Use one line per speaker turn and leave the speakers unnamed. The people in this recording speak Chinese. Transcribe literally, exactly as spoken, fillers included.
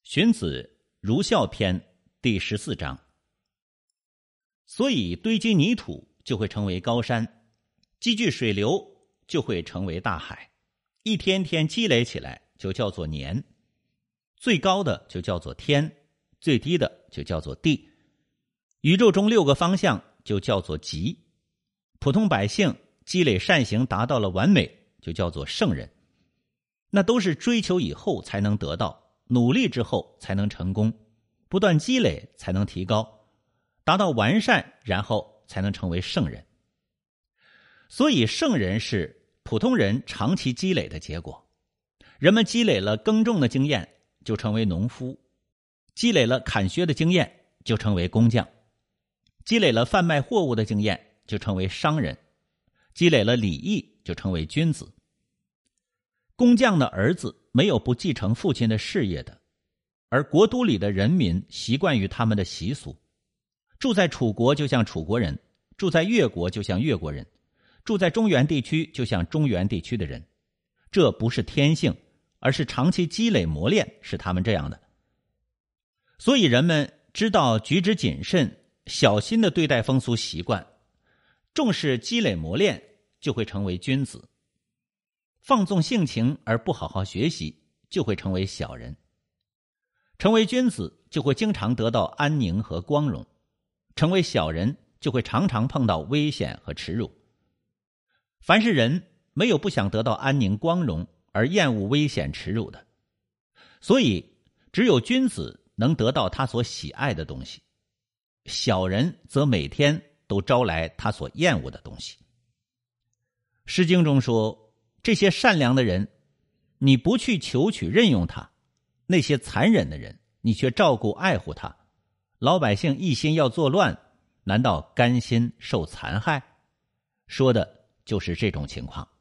荀子儒孝篇第十四章。所以堆积泥土就会成为高山，积聚水流就会成为大海，一天天积累起来就叫做年。最高的就叫做天，最低的就叫做地。宇宙中六个方向就叫做极。普通百姓积累善行达到了完美，就叫做圣人。那都是追求以后才能得到，努力之后才能成功，不断积累才能提高，达到完善，然后才能成为圣人。所以圣人是普通人长期积累的结果。人们积累了耕种的经验，就成为农夫；积累了砍削的经验，就成为工匠；积累了贩卖货物的经验，就成为商人；积累了礼义，就成为君子。工匠的儿子没有不继承父亲的事业的，而国都里的人民习惯于他们的习俗。住在楚国就像楚国人，住在越国就像越国人，住在中原地区就像中原地区的人。这不是天性，而是长期积累磨练使他们这样的。所以人们知道举止谨慎，小心地对待风俗习惯，重视积累磨练，就会成为君子。放纵性情而不好好学习，就会成为小人。成为君子就会经常得到安宁和光荣，成为小人就会常常碰到危险和耻辱。凡是人没有不想得到安宁光荣而厌恶危险耻辱的，所以只有君子能得到他所喜爱的东西，小人则每天都招来他所厌恶的东西。诗经中说，这些善良的人，你不去求取任用他；那些残忍的人，你却照顾爱护他。老百姓一心要作乱，难道甘心受残害？说的就是这种情况。